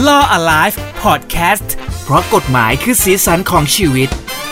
Law Alive Podcast เพราะกฎหมายคือสีสันของชีวิต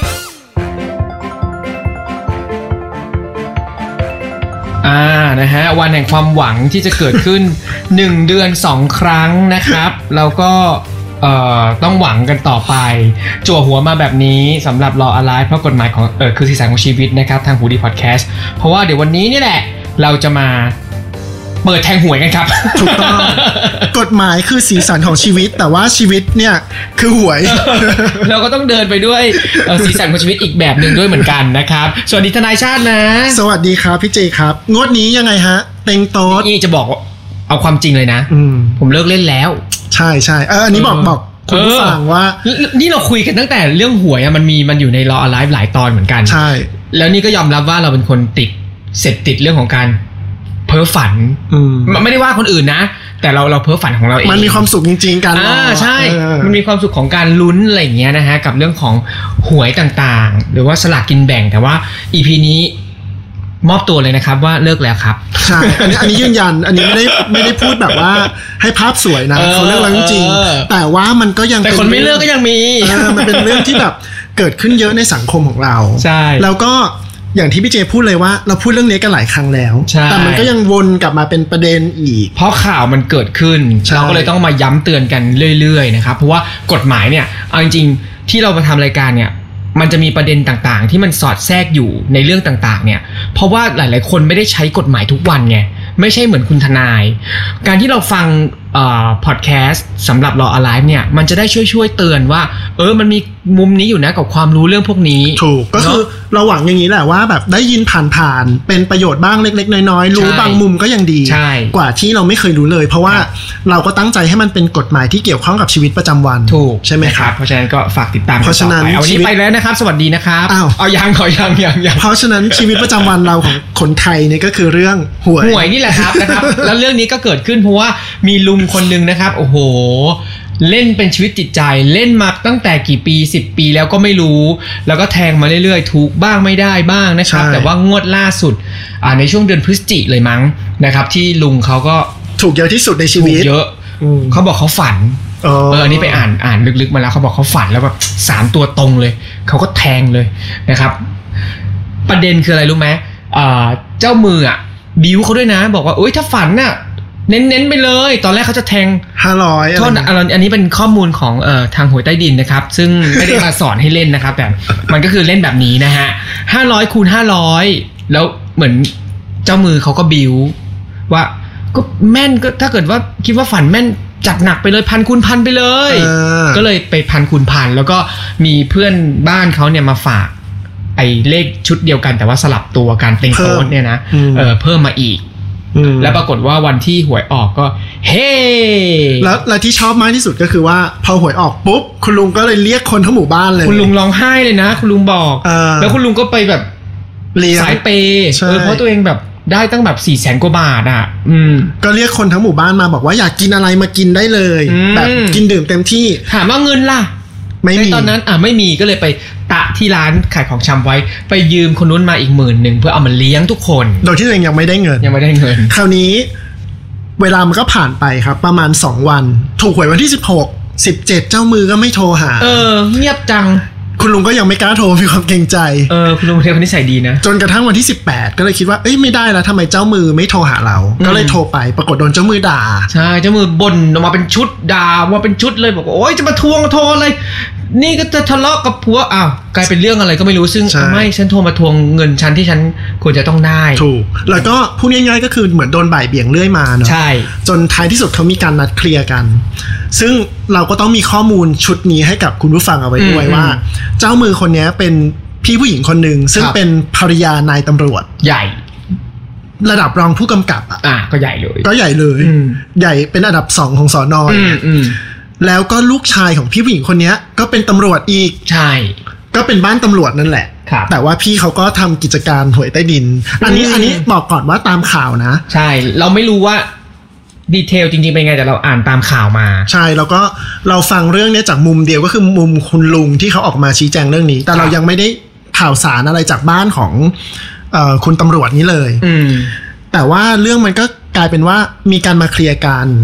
นะฮะวันแห่งความหวังที่จะเกิดขึ้น 1 เดือน 2 ครั้งนะครับแล้วก็ต้องหวังกันต่อไปจั่วหัวมาแบบนี้สำหรับ Law Alive เพราะกฎหมายของคือสีสันของชีวิตนะครับทางหูดีพอดแคสต์เพราะว่าเดี๋ยววันนี้นี่แหละเราจะมาเปิดแทงหวยกันครับถูกต้องกฎหมายคือสีสันของชีวิตแต่ว่าชีวิตเนี่ยคือหวยเราก็ต้องเดินไปด้วยสีสันของชีวิตอีกแบบนึงด้วยเหมือนกันนะครับสวัสดีทนายชาตินะสวัสดีครับพี่เจครับงวดนี้ยังไงฮะเต็งโต๊ดนี่จะบอกเอาความจริงเลยนะผมเลิกเล่นแล้วใช่อันนี้บอกคุณผู้ฟังว่านี่เราคุยกันตั้งแต่เรื่องหวยมันอยู่ใน Law Alive หลายตอนเหมือนกันใช่แล้วนี่ก็ยอมรับว่าเราเป็นคนติดเรื่องของการเพ้อฝันไม่ได้ว่าคนอื่นนะแต่เราเพ้อฝันของเราเองมันมีความสุขจริงๆกันใช่มันมีความสุขของการลุ้นอะไรอย่างเงี้ยนะฮะกับเรื่องของหวยต่างๆหรือว่าสลากกินแบ่งแต่ว่า EP นี้มอบตัวเลยนะครับว่าเลิกแล้วครับใช่อันนี้ยืนยันอันนี้ไม่ได้พูดแบบว่าให้ภาพสวยนะเขาเลิกแล้วจริงๆแต่ว่ามันก็ยังแต่คนไม่เลิกก็ยังมีมันเป็นเรื่องที่แบบเกิดขึ้นเยอะในสังคมของเราใช่แล้วก็อย่างที่พี่เจพูดเลยว่าเราพูดเรื่องนี้กันหลายครั้งแล้วแต่มันก็ยังวนกลับมาเป็นประเด็นอีกเพราะข่าวมันเกิดขึ้นเราก็เลยต้องมาย้ำเตือนกันเรื่อยๆนะครับเพราะว่ากฎหมายเนี่ยเอาจริงๆที่เรามาทำรายการเนี่ยมันจะมีประเด็นต่างๆที่มันสอดแทรกอยู่ในเรื่องต่างๆเนี่ยเพราะว่าหลายๆคนไม่ได้ใช้กฎหมายทุกวันไงไม่ใช่เหมือนคุณทนายการที่เราฟังพอดแคสต์สำหรับ Law Alive เนี่ยมันจะได้ช่วยเตือนว่ามันมีมุมนี้อยู่นะกับความรู้เรื่องพวกนี้ถูกก็คือเราหวังอย่างนี้แหละว่าแบบได้ยินผ่านๆเป็นประโยชน์บ้างเล็กๆน้อยๆรู้บางมุมก็ยังดีกว่าที่เราไม่เคยรู้เลยเพราะว่าเราก็ตั้งใจให้มันเป็นกฎหมายที่เกี่ยวข้องกับชีวิตประจำวันถูกใช่ไหมครับเพราะฉะนั้นก็ฝากติดตามกันต่อไปวันนี้ไปแล้วนะครับสวัสดีนะครับเอายังเพราะฉะนั้นชีวิตประจำวันเราของคนไทยเนี่ยก็คือเรื่องหวยนี่แหละครับนะครับแล้วเรื่องนี้ก็เกิดขึ้นเพราะว่ามีลุงคนนึงนะครับโอ้โหเล่นเป็นชีวิตจิตใจเล่นมาตั้งแต่กี่ปี10ปีแล้วก็ไม่รู้แล้วก็แทงมาเรื่อยๆถูกบ้างไม่ได้บ้างนะครับแต่ว่างวดล่าสุดในช่วงเดือนพฤศจิกายนเลยมั้งนะครับที่ลุงเขาก็ถูกเยอะที่สุดในชีวิตถูกเยอะเขาบอกเขาฝันอันนี้ไปอ่านลึกๆมาแล้วเขาบอกเขาฝันแล้วแบบ3ตัวตรงเลยเขาก็แทงเลยนะครับประเด็นคืออะไรรู้ไหมเจ้ามือบิ้วเขาด้วยนะบอกว่าถ้าฝันน่ะเน้นไปเลยตอนแรกเขาจะแทง 500 โทษอันนี้เป็นข้อมูลของทางหวยใต้ดินนะครับซึ่งไม่ได้มาสอนให้เล่นนะครับแต่มันก็คือเล่นแบบนี้นะฮะ500คูณ500แล้วเหมือนเจ้ามือเขาก็บิ้วว่าก็แม่นก็ถ้าเกิดว่าคิดว่าฝันแม่นจัดหนักไปเลย1,000 คูณ 1,000ไปเลยก็เลยไป1,000 คูณ 1,000แล้วก็มีเพื่อนบ้านเขาเนี่ยมาฝากไอ้เลขชุดเดียวกันแต่ว่าสลับตัวกันเต็งโต๊ดเนี่ยนะเพิ่มมาอีกแล้วปรากฏว่าวันที่หวยออกก็เฮ้แล้วที่ชอบมากที่สุดก็คือว่าพอหวยออกปุ๊บคุณลุงก็เลยเรียกคนทั้งหมู่บ้านเลยคุณลุงร้องไห้เลยนะคุณลุงบอกแล้วคุณลุงก็ไปแบบสายเปย์เพราะตัวเองแบบได้ตั้งแบบ400,000 กว่าบาทก็เรียกคนทั้งหมู่บ้านมาบอกว่าอยากกินอะไรมากินได้เลยแบบกินดื่มเต็มที่ถามว่าเงินล่ะในตอนนั้นไม่มีก็เลยไปตะที่ร้านขายของชำไว้ไปยืมคนนู้นมาอีก10,000เพื่อเอามาเลี้ยงทุกคนโดยที่ตัวเองยังไม่ได้เงินคราวนี้เวลามันก็ผ่านไปครับประมาณ2วันถูกหวยวันที่16 17เจ้ามือก็ไม่โทรหาเงียบจังคุณลุงก็ยังไม่กล้าโทรมีความเกรงใจคุณลุงเป็นคนนิสัยดีนะจนกระทั่งวันที่18ก็เลยคิดว่าไม่ได้แล้วทำไมเจ้ามือไม่โทรหาเราก็เลยโทรไปปรากฏโดนเจ้ามือด่าใช่เจ้ามือบ่นออกมาเป็นชุดด่าว่าเป็นชุดเลยบอกโอ๊ยจะมาทวงโทรอะไรนี่ก็จะทะเลาะกับผัวกลายเป็นเรื่องอะไรก็ไม่รู้ซึ่งไม่ฉันโทรมาทวงเงินฉันที่ฉันควรจะต้องได้ถูกแล้วก็พูดง่ายๆก็คือเหมือนโดนบ่ายเบี่ยงเรื่อยมาเนาะใช่จนท้ายที่สุดเขามีการนัดเคลียร์กันซึ่งเราก็ต้องมีข้อมูลชุดนี้ให้กับคุณผู้ฟังเอาไว้ด้วยว่าเจ้ามือคนนี้เป็นพี่ผู้หญิงคนหนึ่งซึ่งเป็นภรรยานายตำรวจใหญ่ระดับรองผู้กำกับก็ใหญ่เลยใหญ่เป็นอันดับ2ของสน.แล้วก็ลูกชายของพี่ผู้หญิงคนนี้ก็เป็นตำรวจอีกใช่ก็เป็นบ้านตำรวจนั่นแหละแต่ว่าพี่เขาก็ทำกิจการหวยใต้ดินอันนี้บอกก่อนว่าตามข่าวนะใช่เราไม่รู้ว่าดีเทลจริงๆเป็นไงแต่เราอ่านตามข่าวมาใช่แล้วก็เราฟังเรื่องนี้จากมุมเดียวก็คือมุมคุณลุงที่เขาออกมาชี้แจงเรื่องนี้แต่เรายังไม่ได้ข่าวสารอะไรจากบ้านของคุณตำรวจนี้เลยแต่ว่าเรื่องมันก็กลายเป็นว่ามีการมาเคลียร์กัน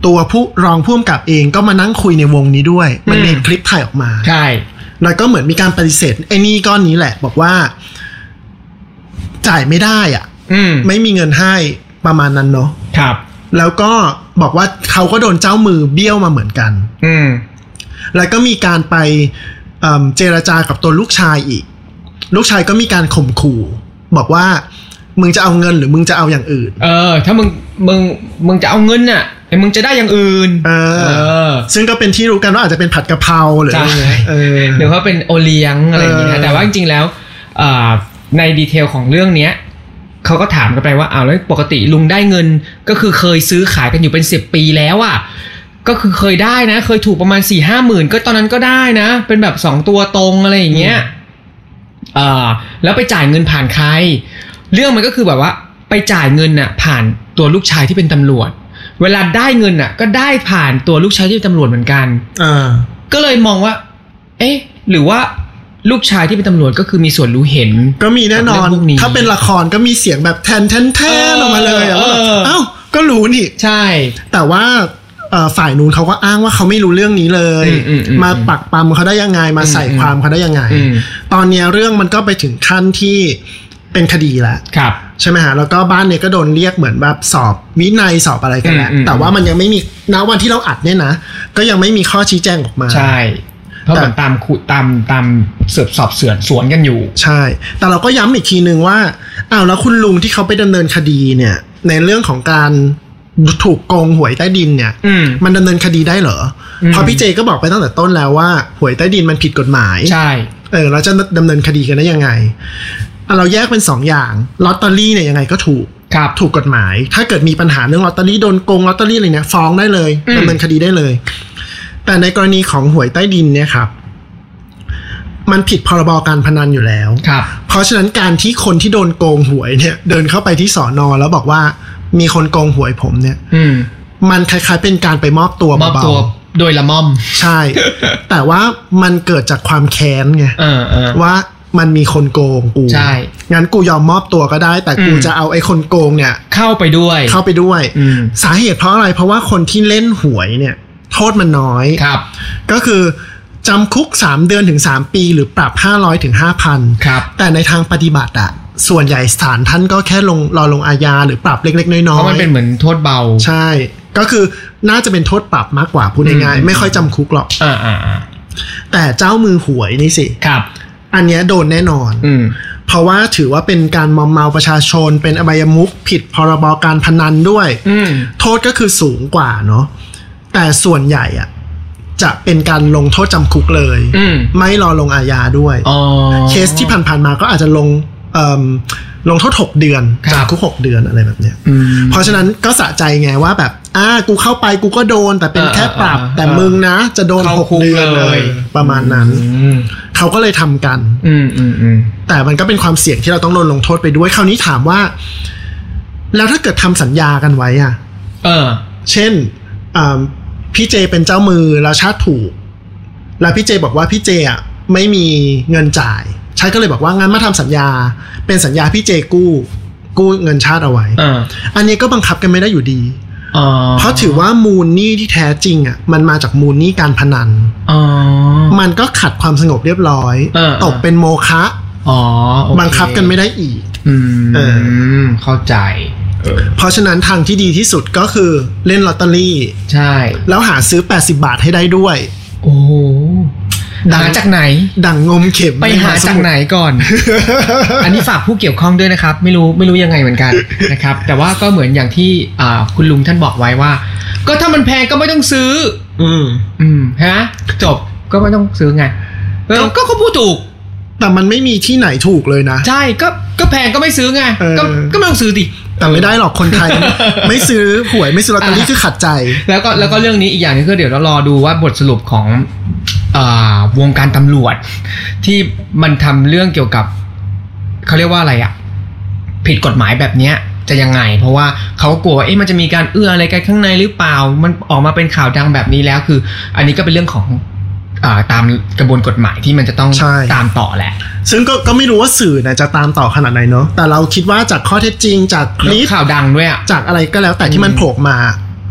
ตัวผู้รองผู้กำกับเองก็มานั่งคุยในวงนี้ด้วยมันมีคลิปถ่ายออกมาใช่แล้วก็เหมือนมีการปฏิเสธไอ้นี่ก้อนนี้แหละบอกว่าจ่ายไม่ได้อ่ะไม่มีเงินให้ประมาณนั้นเนาะครับแล้วก็บอกว่าเขาก็โดนเจ้ามือเบี้ยวมาเหมือนกันแล้วก็มีการไปเจรจากับตัวลูกชายอีกลูกชายก็มีการข่มขู่บอกว่ามึงจะเอาเงินหรือมึงจะเอาอย่างอื่นถ้ามึงจะเอาเงินน่ะมึงจะได้อย่างอื่นซึ่งก็เป็นที่รู้กันว่าอาจจะเป็นผัดกะเพราหรืออะไรเงี้ยหรือว่าเป็นโอเลี้ยงอะไรอย่างเงี้ยแต่ว่าจริงๆแล้วในดีเทลของเรื่องเนี้ยเขาก็ถามกันไปว่าแล้วปกติลุงได้เงินก็คือเคยซื้อขายกันอยู่เป็น10 ปีแล้วอ่ะก็คือเคยได้นะเคยถูกประมาณ 4-5 หมื่นก็ตอนนั้นก็ได้นะเป็นแบบ2ตัวตรงอะไรอย่างเงี้ยแล้วไปจ่ายเงินผ่านใครเรื่องมันก็คือแบบว่าไปจ่ายเงินน่ะผ่านตัวลูกชายที่เป็นตำรวจเวลาได้เงินน่ะก็ได้ผ่านตัวลูกชายที่เป็นตำรวจเหมือนกันก็เลยมองว่าเอ๊ะหรือว่าลูกชายที่เป็นตำรวจก็คือมีส่วนรู้เห็นก็มีแน่นอนถ้าเป็นละครก็มีเสียงแบบแทนออกมาเลยเอ้าก็รู้นี่ใช่แต่ว่าฝ่ายนู้นเขาก็อ้างว่าเขาไม่รู้เรื่องนี้เลยมาปักปั๊มเขาได้ยังไงมาใส่ความเขาได้ยังไงตอนนี้เรื่องมันก็ไปถึงขั้นที่เป็นคดีแล้วใช่ไหมฮะแล้วก็บ้านเนี่ยก็โดนเรียกเหมือนแบบสอบวินัยสอบอะไรกันแหละแต่ว่ามันยังไม่มีณวันที่เราอัดเนี่ยนะก็ยังไม่มีข้อชี้แจงออกมาใช่เพราะเหมือนตามสืบสอบสวนกันอยู่ใช่แต่เราก็ย้ำอีกทีนึงว่าแล้วคุณลุงที่เขาไปดำเนินคดีเนี่ยในเรื่องของการถูกโกงหวยใต้ดินเนี่ยมันดำเนินคดีได้เหรอเพราะพี่เจก็บอกไปตั้งแต่ต้นแล้วว่าหวยใต้ดินมันผิดกฎหมายใช่เราจะดำเนินคดีกันได้ยังไงเราแยกเป็น2อย่างลอตเตอรี่เนี่ยยังไงก็ถูกกฎหมายถ้าเกิดมีปัญหาเรื่องลอตเตอรี่โดนโกงลอตเตอรี่อะไรเนี่ยฟ้องได้เลยดำเนินคดีได้เลยแต่ในกรณีของหวยใต้ดินเนี่ยครับมันผิดพรบการพนันอยู่แล้วเพราะฉะนั้นการที่คนที่โดนโกงหวยเนี่ยเดินเข้าไปที่สน.แล้วบอกว่ามีคนโกงหวยผมเนี่ยมันคล้ายๆเป็นการไปมอบตัวเบาๆโดยละม่อมใช่ แต่ว่ามันเกิดจากความแค้นไงว่ามันมีคนโกงกูใช่งั้นกูยอมมอบตัวก็ได้แต่กูจะเอาไอ้คนโกงเนี่ยเข้าไปด้วยสาเหตุเพราะอะไรเพราะว่าคนที่เล่นหวยเนี่ยโทษมันน้อยก็คือจำคุก3 เดือนถึง3 ปีหรือปรับ500ถึง 5,000 แต่ในทางปฏิบัติอะส่วนใหญ่ศาลท่านก็แค่รอลงอาญาหรือปรับเล็กๆน้อยๆเพราะมันเป็นเหมือนโทษเบาใช่ก็คือน่าจะเป็นโทษปรับมากกว่าพูดง่ายๆไม่ค่อยจำคุกหรอกแต่เจ้ามือหวยนี่สิอันเนี้ยโดนแน่นอนเพราะว่าถือว่าเป็นการมอมเมาประชาชนเป็นอบายมุขผิดพรบการพนันด้วยโทษก็คือสูงกว่าเนาะแต่ส่วนใหญ่อะจะเป็นการลงโทษจำคุกเลยไม่รอลงอาญาด้วยเคสที่ผ่านๆมาก็อาจจะลงโทษ6 เดือนจำคุก6 เดือนอะไรแบบเนี้ยเพราะฉะนั้นก็สะใจไงว่าแบบกูเข้าไปกูก็โดนแต่เป็นแค่ปรับแต่มึงนะจะโดน6 เดือนเลยประมาณนั้นเขาก็เลยทำกันแต่มันก็เป็นความเสี่ยงที่เราต้องโดนลงโทษไปด้วยคราวนี้ถามว่าแล้วถ้าเกิดทำสัญญากันไว้เช่นพี่เจเป็นเจ้ามือแล้วชาติถูกแล้วพี่เจบอกว่าพี่เจไม่มีเงินจ่ายชาติก็เลยบอกว่างั้นมาทำสัญญาเป็นสัญญาพี่เจกู้เงินชาติเอาไว้อันนี้ก็บังคับกันไม่ได้อยู่ดีเพราะถือว่ามูลหนี้ที่แท้จริงมันมาจากมูลหนี้การพนันมันก็ขัดความสงบเรียบร้อยตกเป็นโมฆะบังคับกันไม่ได้อีกเข้าใจเพราะฉะนั้นทางที่ดีที่สุดก็คือเล่นลอตเตอรี่ใช่แล้วหาซื้อ80 บาทให้ได้ด้วยโอ้หาจากไหนดังงมเข็มไปหาจากไหนก่อน อันนี้ฝากผู้เกี่ยวข้องด้วยนะครับไม่รู้ยังไงเหมือนกันนะครับแต่ว่าก็เหมือนอย่างที่คุณลุงท่านบอกไว้ว่าก็ถ้ามันแพงก็ไม่ต้องซื้อฮะจบก็ไม่ต้องซื้อไงก็เขาพูดถูกแต่มันไม่มีที่ไหนถูกเลยนะใช่ก็แพงก็ไม่ซื้อไงก็ไม่ต้องซื้อดิแต่ไม่ได้หรอกคนไทย ไม่ซื้อหวยไม่ซื้อลอตเตอรี่คือขัดใจแล้วก็เรื่องนี้อีกอย่างนึงก็เดี๋ยวเรารอดูว่าบทสรุปของวงการตำรวจที่มันทำเรื่องเกี่ยวกับเขาเรียกว่าอะไรผิดกฎหมายแบบเนี้ยจะยังไงเพราะว่าเขากลัวมันจะมีการเอื้ออะไรกันข้างในหรือเปล่ามันออกมาเป็นข่าวดังแบบนี้แล้วคืออันนี้ก็เป็นเรื่องของตามกระบวนกฎหมายที่มันจะต้องตามต่อแหละซึ่งก็ไม่รู้ว่าสื่อจะตามต่อขนาดไหนเนาะแต่เราคิดว่าจากข้อเท็จจริงจากคลิปข่าวดังด้วยจากอะไรก็แล้วแต่ที่มันโผล่มา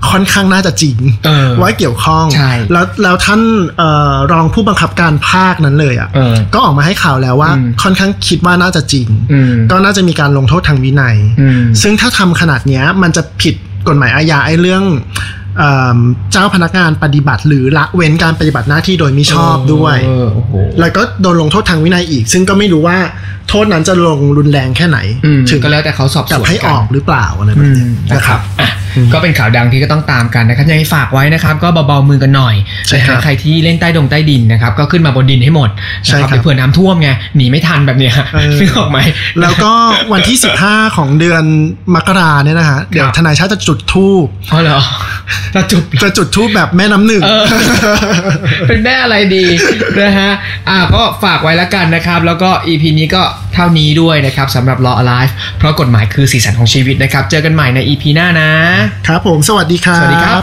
ค่อนข้างน่าจะจริงว่าเกี่ยวข้องแล้วท่านรองผู้บังคับการภาคนั้นเลยอ่ะก็ออกมาให้ข่าวแล้วว่าค่อนข้างคิดว่าน่าจะจริงก็น่าจะมีการลงโทษทางวินัยซึ่งถ้าทำขนาดนี้มันจะผิดกฎหมายอาญาไอ้เรื่องเจ้าพนักงานปฏิบัติหรือละเว้นการปฏิบัติหน้าที่โดยมิชอบด้วยแล้วก็โดนลงโทษทางวินัยอีกซึ่งก็ไม่รู้ว่าโทษนั้นจะลงรุนแรงแค่ไหนถึงก็แล้วแต่เขาสอบสวนให้ออกหรือเปล่าอะไรแบบนี้นะครับก็เป็นข่าวดังที่ก็ต้องตามกันนะครับยังไงฝากไว้นะครับก็เบาๆมือกันหน่อยนะใครที่เล่นใต้ดินนะครับก็ขึ้นมาบนดินให้หมดนะครับเผื่อน้ำท่วมไงหนีไม่ทันแบบนี้นึกออกไหมแล้วก็วันที่15ของเดือนมกราเนี่ยนะฮะเดี๋ยวทนายชาติจะจุดธูปอ๋อเหรอจะจุดธูปแบบแม่น้ำหนึ่งเป็นแม่อะไรดีนะฮะก็ฝากไว้แล้วกันนะครับแล้วก็ EP นี้ก็เท่านี้ด้วยนะครับสำหรับ Law Alive เพราะกฎหมายคือสีสันของชีวิตนะครับเจอกันใหม่ใน EP หน้านะครับผมสวัสดีครับสวัสดีครับ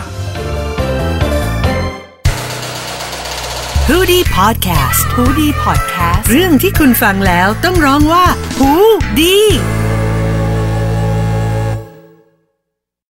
Hoodie Podcast เรื่องที่คุณฟังแล้วต้องร้องว่าหูดี